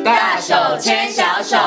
大手牵小手。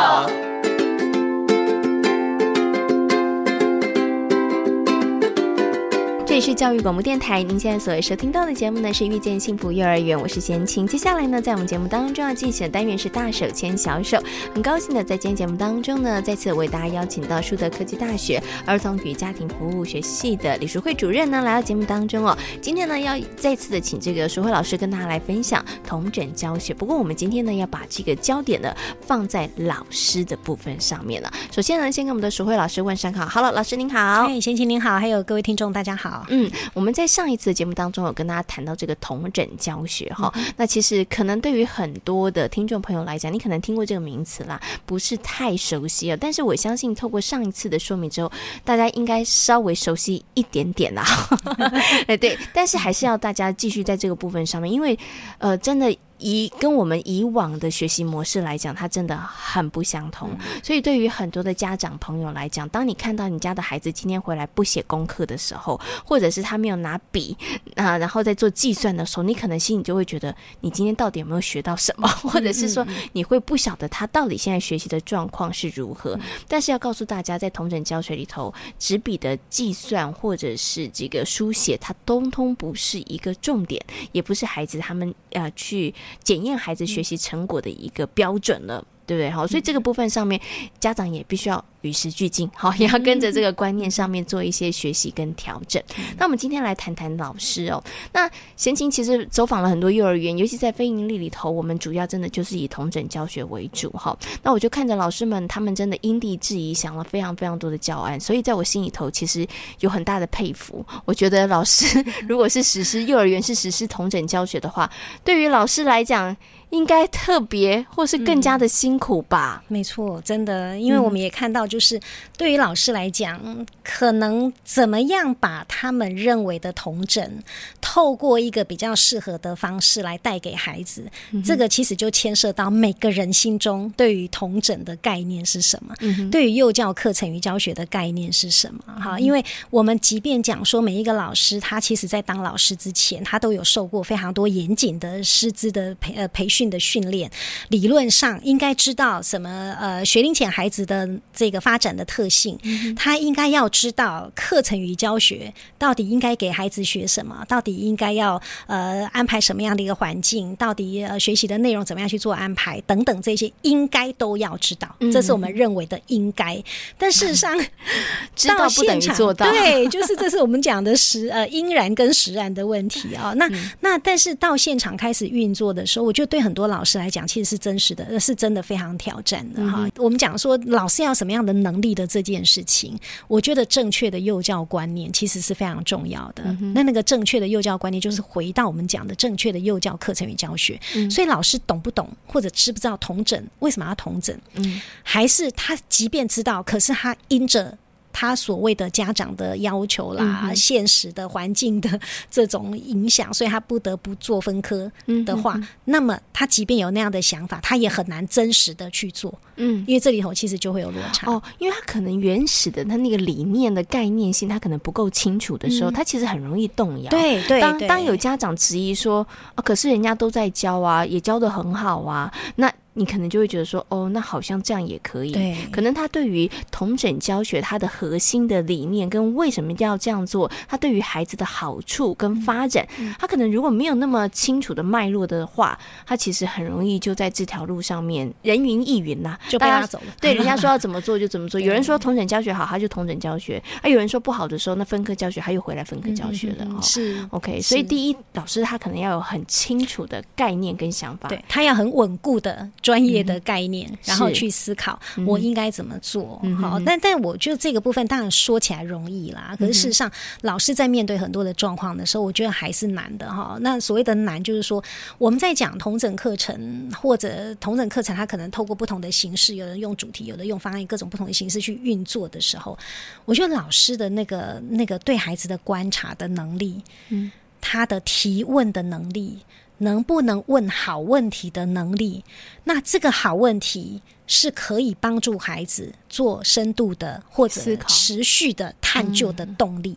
这里是教育广播电台，您现在所收听到的节目呢是遇见幸福幼儿园，我是贤青。接下来呢，在我们节目当中要进行的单元是大手牵小手。很高兴的在今天节目当中呢，再次为大家邀请到树德科技大学儿童与家庭服务学系的李淑慧主任呢来到节目当中哦。今天呢要再次的请这个淑慧老师跟大家来分享统整教学。不过我们今天呢要把这个焦点呢放在老师的部分上面了。首先呢，先跟我们的淑慧老师问声好。Hello， 老师您好。 贤青您好，还有各位听众大家好。 我们在上一次的节目当中有跟大家谈到这个统整教学哈，那其实可能对于很多的听众朋友来讲，你可能听过这个名词啦，不是太熟悉了。但是我相信透过上一次的说明之后，大家应该稍微熟悉一点点啦。对，但是还是要大家继续在这个部分上面，因为真的跟我们以往的学习模式来讲，它真的很不相同。所以对于很多的家长朋友来讲，当你看到你家的孩子今天回来不写功课的时候，或者是他没有拿笔然后在做计算的时候，你可能心里就会觉得你今天到底有没有学到什么，或者是说你会不晓得他到底现在学习的状况是如何。但是要告诉大家，在统整教学里头，纸笔的计算或者是这个书写，它通通不是一个重点，也不是孩子他们去检验孩子学习成果的一个标准了，对不对？好，所以这个部分上面，家长也必须要与时俱进，好，也要跟着这个观念上面做一些学习跟调整。那我们今天来谈谈老师哦。那贤青其实走访了很多幼儿园，尤其在非营利里头，我们主要真的就是以统整教学为主哈。那我就看着老师们，他们真的因地制宜，想了非常非常多的教案，所以在我心里头其实有很大的佩服。我觉得老师如果是实施幼儿园是实施统整教学的话，对于老师来讲，应该特别或是更加的辛苦吧。 没错，真的，因为我们也看到就是对于老师来讲，可能怎么样把他们认为的统整透过一个比较适合的方式来带给孩子，这个其实就牵涉到每个人心中对于统整的概念是什么，对于幼教课程与教学的概念是什么。因为我们即便讲说每一个老师他其实在当老师之前，他都有受过非常多严谨的师资的培训的训练，理论上应该知道什么学龄前孩子的这个发展的特性，他应该要知道课程与教学到底应该给孩子学什么，到底应该要安排什么样的一个环境，到底学习的内容怎么样去做安排等等，这些应该都要知道，这是我们认为的应该。但事实上知道不等于做到， 对，就是这是我们讲的应然跟实然的问题啊。那但是到现场开始运作的时候，我觉得对很多老师来讲其实是真实的，是真的非常挑战的哈。我们讲说老师要什么样的能力的这件事情，我觉得正确的幼教观念其实是非常重要的。那个正确的幼教观念就是回到我们讲的正确的幼教课程与教学。所以老师懂不懂或者知不知道统整，为什么要统整，还是他即便知道，可是他因着他所谓的家长的要求啦，现实的环境的这种影响，所以他不得不做分科的话，那么他即便有那样的想法，他也很难真实的去做。因为这里头其实就会有落差因为他可能原始的他那个理念的概念性他可能不够清楚的时候，他其实很容易动摇。 对， 当有家长质疑说可是人家都在教啊，也教得很好啊，那你可能就会觉得说那好像这样也可以。 对， 可能他对于统整教学它的核心的理念跟为什么要这样做，他对于孩子的好处跟发展，他可能如果没有那么清楚的脉络的话，他其实很容易就在这条路上面人云亦云啦， 就被拉走了。 对，人家说要怎么做就怎么做。有人说统整教学好，他就统整教学有人说不好的时候，那分科教学他又回来分科教学了。 是 OK， 所以第一，老师他可能要有很清楚的概念跟想法， 对，他要很稳固的专业的概念，然后去思考我应该怎么做。好，但我觉得这个部分当然说起来容易啦，可是事实上老师在面对很多的状况的时候，我觉得还是难的哈。那所谓的难就是说，我们在讲统整课程或者统整课程，它可能透过不同的形式，有人用主题，有的用方案，各种不同的形式去运作的时候，我觉得老师的那个对孩子的观察的能力，他的提问的能力，能不能问好问题的能力，那这个好问题是可以帮助孩子做深度的或者持续的探究的动力。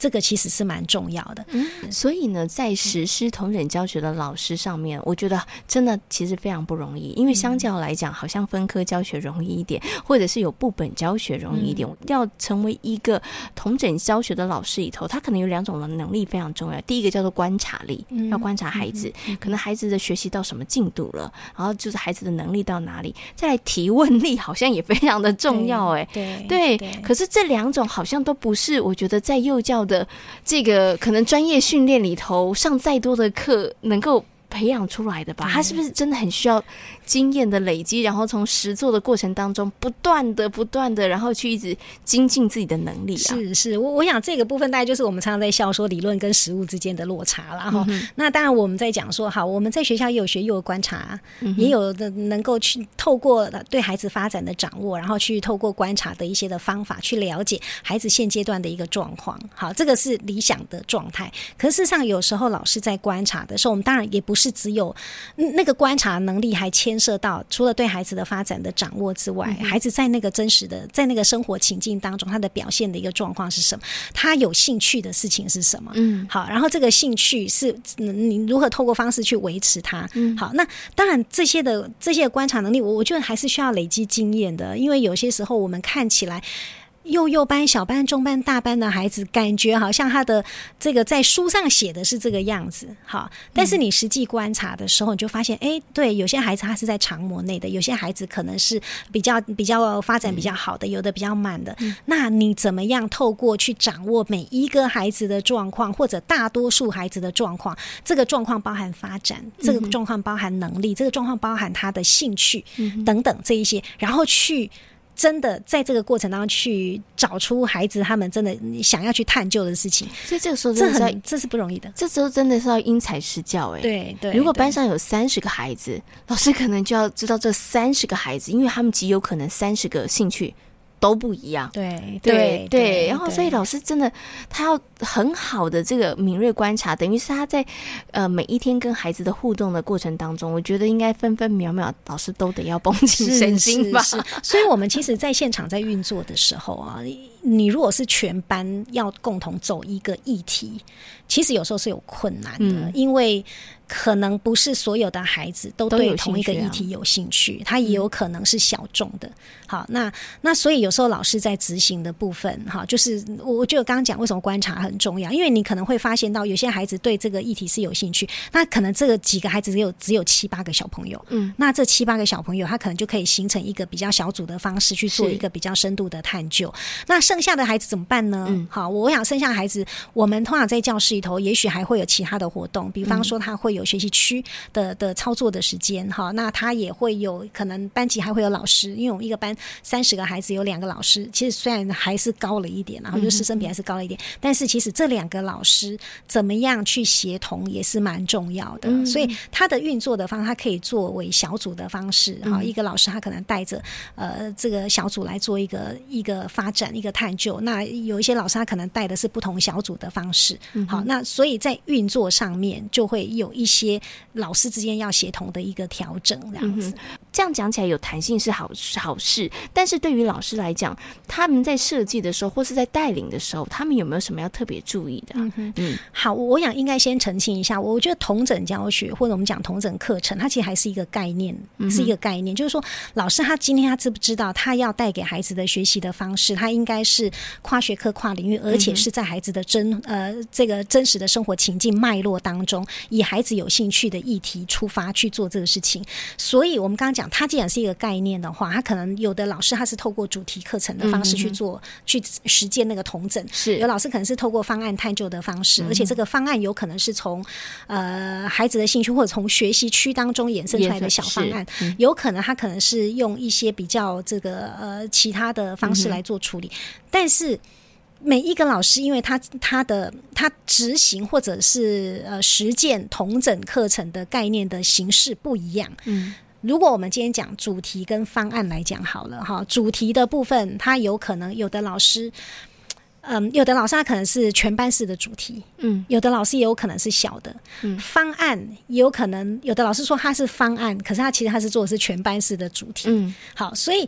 这个其实是蛮重要的。 所以呢，在实施同整教学的老师上面，我觉得真的其实非常不容易，因为相较来讲，好像分科教学容易一点，或者是有部本教学容易一点。要成为一个同整教学的老师里头，他可能有2种的能力非常重要。第一个叫做观察力，要观察孩子，可能孩子的学习到什么进度了，然后就是孩子的能力到哪里。再来提问力好像也非常的重要，对。可是这2种好像都不是我觉得在幼教的这个可能专业训练里头上再多的课能够培养出来的吧？他是不是真的很需要经验的累积，然后从实作的过程当中不断的然后去一直精进自己的能力啊？ 是我想这个部分大概就是我们常常在笑说理论跟实务之间的落差啦。那当然我们在讲说，好，我们在学校也有学，也有观察，也有的能够去透过对孩子发展的掌握，然后去透过观察的一些的方法去了解孩子现阶段的一个状况。好，这个是理想的状态。可是事实上有时候老师在观察的时候，我们当然也不是只有那个观察能力，还牵涉到除了对孩子的发展的掌握之外，孩子在那个真实的在那个生活情境当中他的表现的一个状况是什么，他有兴趣的事情是什么。好，然后这个兴趣是你如何透过方式去维持它。好，那当然这些的观察能力我觉得还是需要累积经验的，因为有些时候我们看起来幼班、小班、中班、大班的孩子，感觉好像他的这个在书上写的是这个样子，好，但是你实际观察的时候，你就发现，对，有些孩子他是在常模内的，有些孩子可能是比较发展比较好的，有的比较慢的。那你怎么样透过去掌握每一个孩子的状况，或者大多数孩子的状况？这个状况包含发展，这个状况包含能力，这个状况包含他的兴趣等等这一些，然后去真的在这个过程当中去找出孩子他们真的想要去探究的事情。 所以这个时候真的这是不容易的， 这时候真的是要因材施教。 对， 如果班上有30个孩子，老师可能就要知道这30个孩子，因为他们极有可能30个兴趣都不一样。对，然后所以老师真的他要很好的这个敏锐观察，等于是他在每一天跟孩子的互动的过程当中，我觉得应该分分秒秒老师都得要绷紧神经吧。 是，所以我们其实在现场在运作的时候啊，你如果是全班要共同走一个议题，其实有时候是有困难的，因为可能不是所有的孩子都对同一个议题有兴趣，他也有可能是小众的。好，那所以有时候老师在执行的部分，哈，就是我觉得刚刚讲为什么观察很重要，因为你可能会发现到有些孩子对这个议题是有兴趣，那可能这个几个孩子只有7-8个小朋友，那这7-8个小朋友他可能就可以形成一个比较小组的方式去做一个比较深度的探究。那剩下的孩子怎么办呢？好，我想剩下的孩子，我们通常在教室里头，也许还会有其他的活动，比方说他会有学习区的操作的时间，哈，那他也会有可能班级还会有老师，因为我们一个班30个孩子有2个老师，其实虽然还是高了一点，然后就师生比还是高了一点，但是其实这2个老师怎么样去协同也是蛮重要的，所以他的运作的方式，他可以作为小组的方式，哈，一个老师他可能带着这个小组来做一个发展一个探究，那有一些老师他可能带的是不同小组的方式，好，那所以在运作上面就会有一些老师之间要协同的一个调整，这样子。 这样讲起来有弹性是好事，但是对于老师来讲，他们在设计的时候或是在带领的时候，他们有没有什么要特别注意的？ 好，我想应该先澄清一下，我觉得同整教学或者我们讲同整课程，它其实还是一个概念，是一个概念，就是说老师他今天他知不知道他要带给孩子的学习的方式，他应该是跨学科跨领域，而且是在孩子的这个真实的生活情境脉络当中，以孩子有兴趣的议题出发去做这个事情。所以我们刚刚讲它既然是一个概念的话，它可能有的老师他是透过主题课程的方式去做去实践那个同整，是有老师可能是透过方案探究的方式，而且这个方案有可能是从孩子的兴趣或者从学习区当中衍生出来的小方案，有可能他可能是用一些比较这个其他的方式来做处理，但是每一个老师因为他执行或者是实践同整课程的概念的形式不一样，如果我们今天讲主题跟方案来讲好了哈，主题的部分他有可能有的老师他可能是全班式的主题，有的老师也有可能是小的，方案也有可能有的老师说他是方案，可是他其实他是做的是全班式的主题，好，所以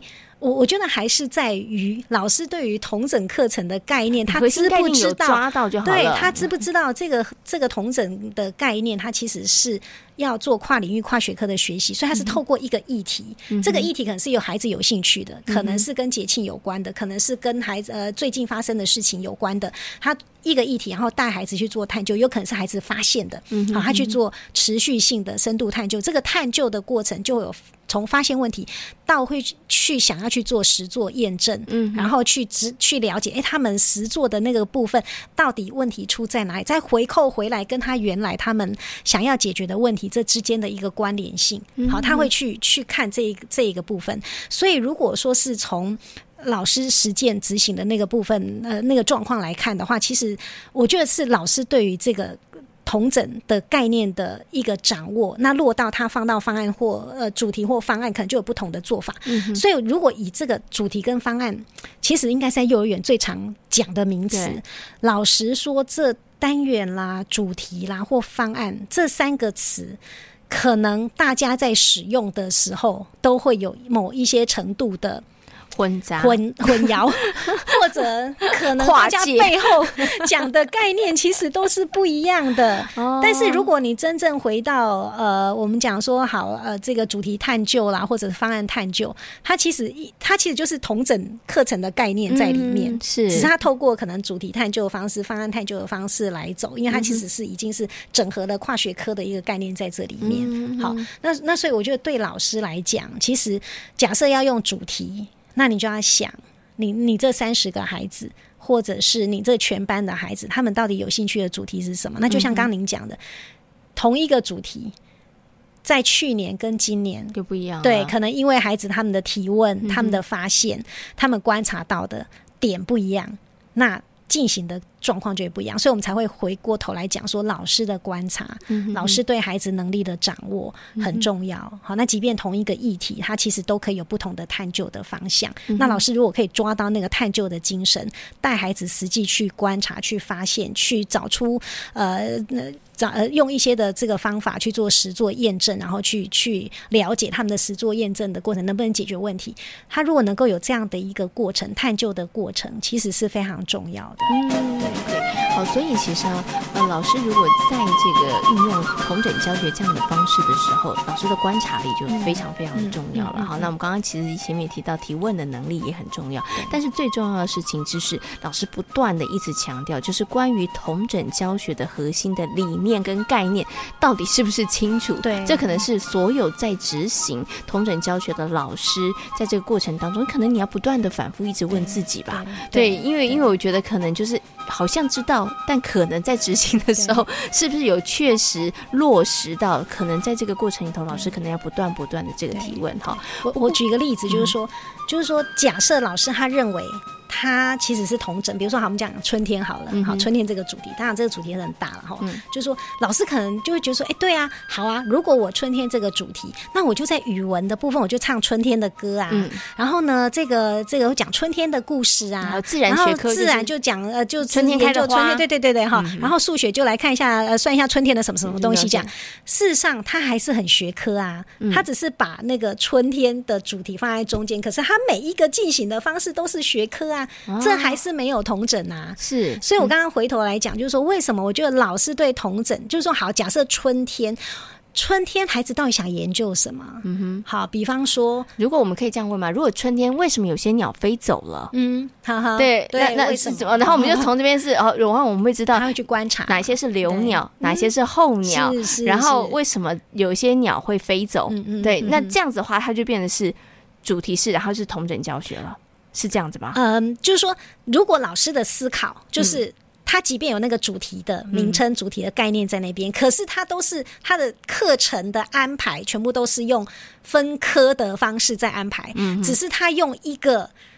我觉得还是在于老师对于统整课程的概念，他核心知概念有不知道抓到就好了， 对，他知不知道这个统整的概念，它其实是要做跨领域跨学科的学习，所以它是透过一个议题，这个议题可能是有孩子有兴趣的，可能是跟节庆有关的，可能是跟孩子最近发生的事情有关的，他一个议题，然后带孩子去做探究，有可能是孩子发现的，好，他去做持续性的深度探究，这个探究的过程就有从发现问题到会去想要去做实作验证，然后去了解他们实作的那个部分到底问题出在哪里，再回扣回来跟他原来他们想要解决的问题这之间的一个关联性，好，他会去看这一个部分。所以如果说是从老师实践执行的那个部分那个状况来看的话，其实我觉得是老师对于这个统整的概念的一个掌握，那落到他放到方案或主题或方案，可能就有不同的做法。所以如果以这个主题跟方案，其实应该是在幼儿园最常讲的名词。老实说，这单元啦、主题啦或方案这三个词，可能大家在使用的时候都会有某一些程度的混淆，或者可能大家背后讲的概念其实都是不一样的。但是如果你真正回到我们讲说好这个主题探究啦，或者方案探究，它其实就是统整课程的概念在里面， 是，只是它透过可能主题探究的方式、方案探究的方式来走，因为它其实是已经是整合了跨学科的一个概念在这里面。好，那所以我觉得对老师来讲，其实假设要用主题，那你就要想你这30个孩子，或者是你这全班的孩子，他们到底有兴趣的主题是什么？那就像刚刚您讲的，同一个主题在去年跟今年就不一样了。 对，可能因为孩子他们的提问、他们的发现、他们观察到的点不一样，那进行的状况就会不一样，所以我们才会回过头来讲说老师的观察，老师对孩子能力的掌握很重要。好，那即便同一个议题，它其实都可以有不同的探究的方向。那老师如果可以抓到那个探究的精神，带孩子实际去观察、去发现、去找出用一些的这个方法去做实作验证，然后去了解他们的实作验证的过程能不能解决问题。他如果能够有这样的一个过程，探究的过程，其实是非常重要的。 对，好，所以其实老师如果在这个运用统整教学这样的方式的时候，老师的观察力就非常非常的重要了。好，那我们刚刚其实前面提到提问的能力也很重要，但是最重要的事情就是老师不断的一直强调，就是关于统整教学的核心的理念跟概念到底是不是清楚。 对， 这可能是所有在执行统整教学的老师在这个过程当中，可能你要不断的反复一直问自己吧。对，因为我觉得可能就是好像知道，但可能在执行的时候是不是有确实落实到，可能在这个过程里头老师可能要不断的这个提问。 我举个例子，就是说假设老师他认为它其实是统整，比如说好，我们讲春天好了，好，春天这个主题，当然这个主题很大了哈，就是说老师可能就会觉得说，对啊，好啊，如果我春天这个主题，那我就在语文的部分我就唱春天的歌啊，然后呢，这个我讲春天的故事啊， 然后自然学科自然就讲就春天开的花， 对哈，然后数学就来看一下算一下春天的什么什么东西，这样事实上它还是很学科啊，它只是把那个春天的主题放在中间，可是它每一个进行的方式都是学科啊。这还是没有统整啊， 是， 所以我刚刚回头来讲，就是说为什么我觉得老师对统整，就是说好，假设春天孩子到底想研究什么？好，比方说， 如果我们可以这样问嘛，如果春天为什么有些鸟飞走了？对，那为什么？ 然后我们就从这边然后我们会知道， 他会去观察哪些是留鸟，哪些是候鸟，然后为什么有些鸟会飞走？对，那这样子的话，它就变成是主题式，然后是统整教学了。是这样子吗？ 就是说，如果老师的思考就是他即便有那个主题的名称、主题的概念在那边，可是他都是他的课程的安排全部都是用分科的方式在安排，只是他用一个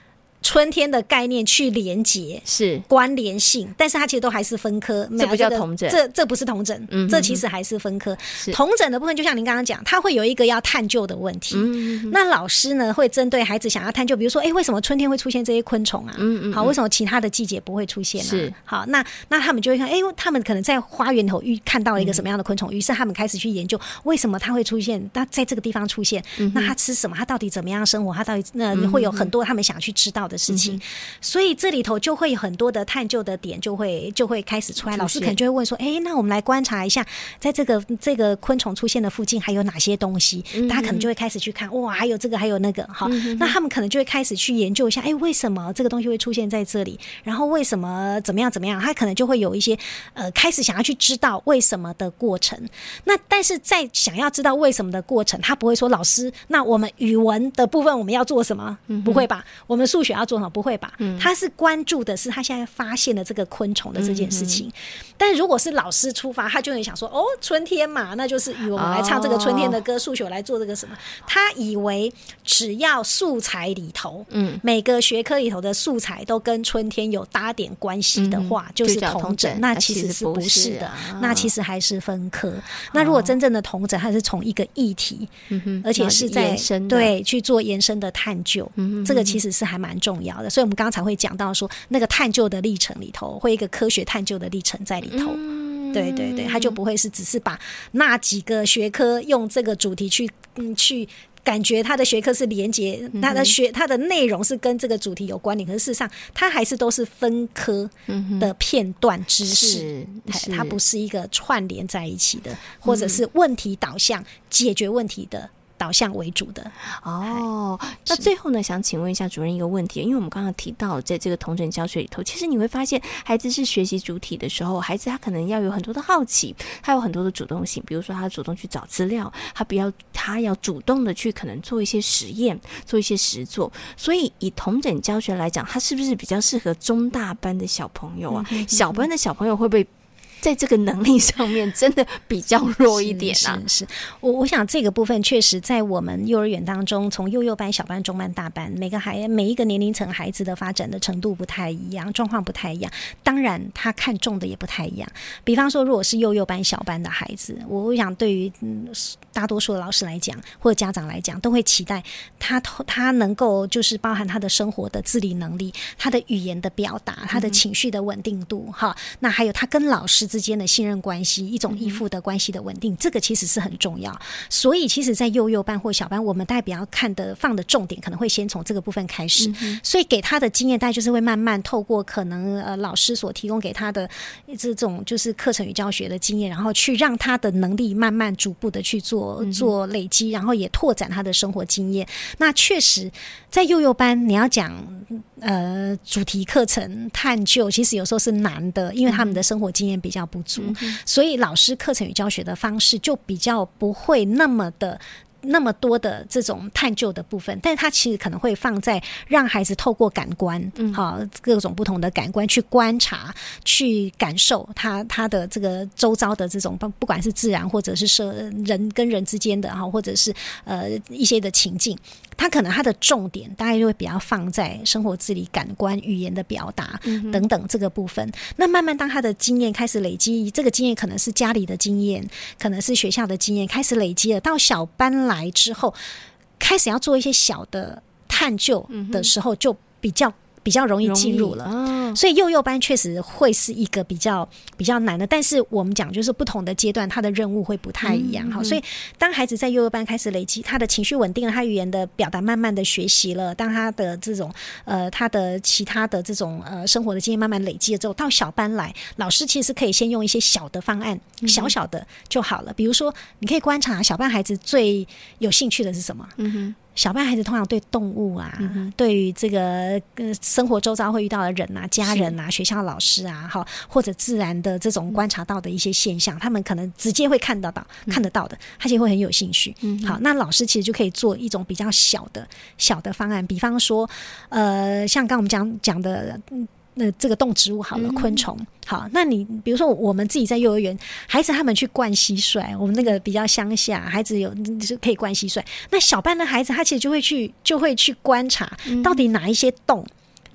春天的概念去连结， 是关联性，但是它其实都还是分科， 这不叫同诊， 这不是同诊，这其实还是分科。同诊的部分就像您刚刚讲，它会有一个要探究的问题，那老师呢会针对孩子想要探究，比如说为什么春天会出现这些昆虫啊，好，为什么其他的季节不会出现啊， 是好，那他们就会看，他们可能在花园头看到了一个什么样的昆虫，于是他们开始去研究为什么它会出现，那在这个地方出现，那它吃什么，它到底怎么样生活，它到底会有很多他们想去知道的事情，所以这里头就会有很多的探究的点就会开始出来，老师可能就会问说，那我们来观察一下，在这个昆虫出现的附近还有哪些东西，大家可能就会开始去看，哇，还有这个还有那个，好，那他们可能就会开始去研究一下，为什么这个东西会出现在这里，然后为什么怎么样怎么样，他可能就会有一些开始想要去知道为什么的过程。那但是在想要知道为什么的过程，他不会说老师，那我们语文的部分我们要做什么，不会吧，我们数学要做什么，不会吧，他是关注的是他现在发现了这个昆虫的这件事情。但如果是老师出发，他就会想说，春天嘛，那就是语文我们来唱这个春天的歌，数学我来做这个什么，他以为只要素材里头每个学科里头的素材都跟春天有搭点关系的话，就是同诊，那其实是不是的，那其实还是分科。那如果真正的同诊，它是从一个议题，而且是在对去做延伸的探究，这个其实是还蛮重要的。所以我们刚才会讲到说，那个探究的历程里头，会一个科学探究的历程在里头。对对对，它就不会是只是把那几个学科用这个主题去感觉它的学科是连结，它的内容是跟这个主题有关联，可是事实上它还是都是分科的片段知识，它不是一个串联在一起的，或者是问题导向解决问题的导向为主的。 那最后呢，想请问一下主任一个问题，因为我们刚刚提到在这个同诊教学里头，其实你会发现孩子是学习主体的时候，孩子他可能要有很多的好奇，他有很多的主动性，比如说他主动去找资料，他要主动的去可能做一些实验，做一些实作。所以以同诊教学来讲，他是不是比较适合中大班的小朋友啊？小班的小朋友会不会在这个能力上面真的比较弱一点啊？ 是我想这个部分确实在我们幼儿园当中，从幼班、小班、中班、大班，每一个年龄层孩子的发展的程度不太一样，状况不太一样，当然他看重的也不太一样。比方说如果是幼班、小班的孩子，我想对于大多数的老师来讲或者家长来讲，都会期待他能够就是包含他的生活的自理能力，他的语言的表达，他的情绪的稳定度，那还有他跟老师之间的信任关系，一种依附的关系的稳定，这个其实是很重要。所以其实在幼班或小班，我们代表要放的重点可能会先从这个部分开始，所以给他的经验大概就是会慢慢透过可能老师所提供给他的这种就是课程与教学的经验，然后去让他的能力慢慢逐步的去做累积，然后也拓展他的生活经验。那确实在幼班你要讲主题课程探究，其实有时候是难的，因为他们的生活经验比较不足，所以老师课程与教学的方式就比较不会那么多的这种探究的部分，但是它其实可能会放在让孩子透过感官，各种不同的感官去观察、去感受他的这个周遭的这种，不管是自然或者是人跟人之间的，或者是一些的情境，他可能他的重点大概就会比较放在生活自理、感官、语言的表达等等这个部分。那慢慢当他的经验开始累积，这个经验可能是家里的经验，可能是学校的经验，开始累积了，到小班来之后，开始要做一些小的探究的时候，就比较容易进入了。所以幼班确实会是一个比较难的，但是我们讲就是不同的阶段，他的任务会不太一样。所以当孩子在幼班开始累积他的情绪稳定了，他语言的表达慢慢的学习了，当他的这种他的其他的这种生活的经验慢慢累积了之后，到小班来，老师其实可以先用一些小的方案，小小的就好了。比如说你可以观察小班孩子最有兴趣的是什么。小班孩子通常对动物啊，对于这个生活周遭会遇到的人啊、家人啊、学校老师啊，或者自然的这种观察到的一些现象，他们可能直接会看得到的，他就会很有兴趣。好，那老师其实就可以做一种比较小的方案，比方说像刚我们讲的这个动植物好了，昆虫好，那你比如说我们自己在幼儿园，孩子他们去灌蟋蟀，我们那个比较乡下，孩子就可以灌蟋蟀。那小班的孩子他其实就会去观察到底哪一些洞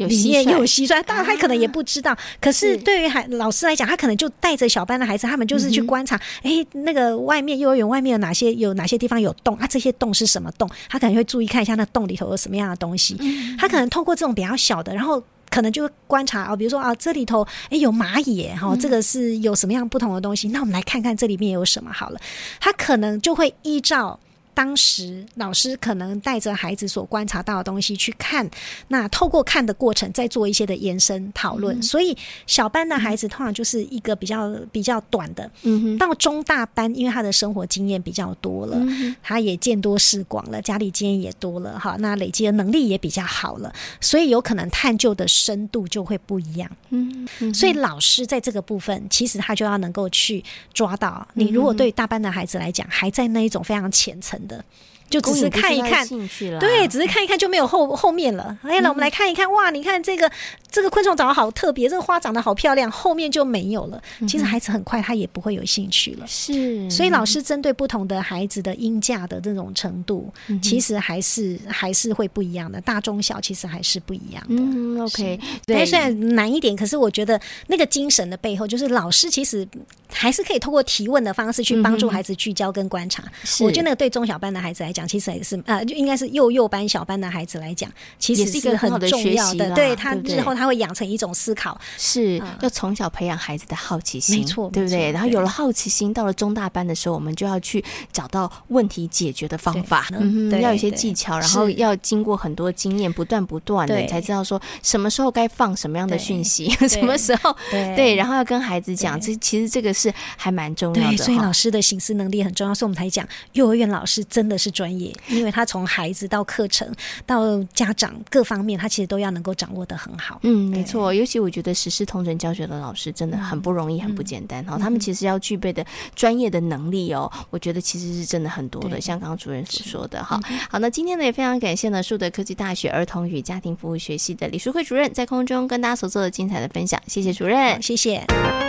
里面有蟋蟀，当然他可能也不知道。可是对于老师来讲，他可能就带着小班的孩子，他们就是去观察，那个外面幼儿园外面有哪些地方有洞啊？这些洞是什么洞？他可能会注意看一下那洞里头有什么样的东西。他可能透过这种比较小的，然后可能就会观察比如说这里头有蚂蚁这个是有什么样不同的东西，那我们来看看这里面有什么好了。他可能就会依照当时老师可能带着孩子所观察到的东西去看，那透过看的过程再做一些的延伸讨论。所以小班的孩子通常就是一个比较短的，到中大班因为他的生活经验比较多了，他也见多识广了，家里经验也多了，那累积的能力也比较好了，所以有可能探究的深度就会不一样。所以老师在这个部分其实他就要能够去抓到，你如果对大班的孩子来讲还在那一种非常浅层的，就只是看一看，对，只是看一看就没有后面了。那我们来看一看，哇，你看这个昆虫长得好特别，这个花长得好漂亮，后面就没有了。其实孩子很快他也不会有兴趣了。是，所以老师针对不同的孩子的音价的这种程度，其实还是会不一样的，大中小其实还是不一样的。 OK， 对，虽然难一点，可是我觉得那个精神的背后，就是老师其实还是可以透过提问的方式去帮助孩子聚焦跟观察。我觉得那个对中小班的孩子来讲，其实也是就应该是幼班小班的孩子来讲，其实是很重要的。对，他日后他会养成一种思考， 是要从小培养孩子的好奇心， 没错， 对不对？然后有了好奇心，到了中大班的时候，我们就要去找到问题解决的方法，要有一些技巧，然后要经过很多经验，不断的，才知道说什么时候该放什么样的讯息，什么时候对，然后要跟孩子讲，其实这个是还蛮重要的。 对，所以老师的省思能力很重要，所以我们才讲幼儿园老师真的是专业，因为他从孩子到课程到家长各方面，他其实都要能够掌握得很好。 没错，尤其我觉得实施同整教学的老师真的很不容易，很不简单。他们其实要具备的专业的能力我觉得其实是真的很多的，像刚刚主任所说的。好，那今天呢也非常感谢呢树德科技大学儿童与家庭服务学系的李淑慧主任在空中跟大家所做的精彩的分享，谢谢主任。 谢谢。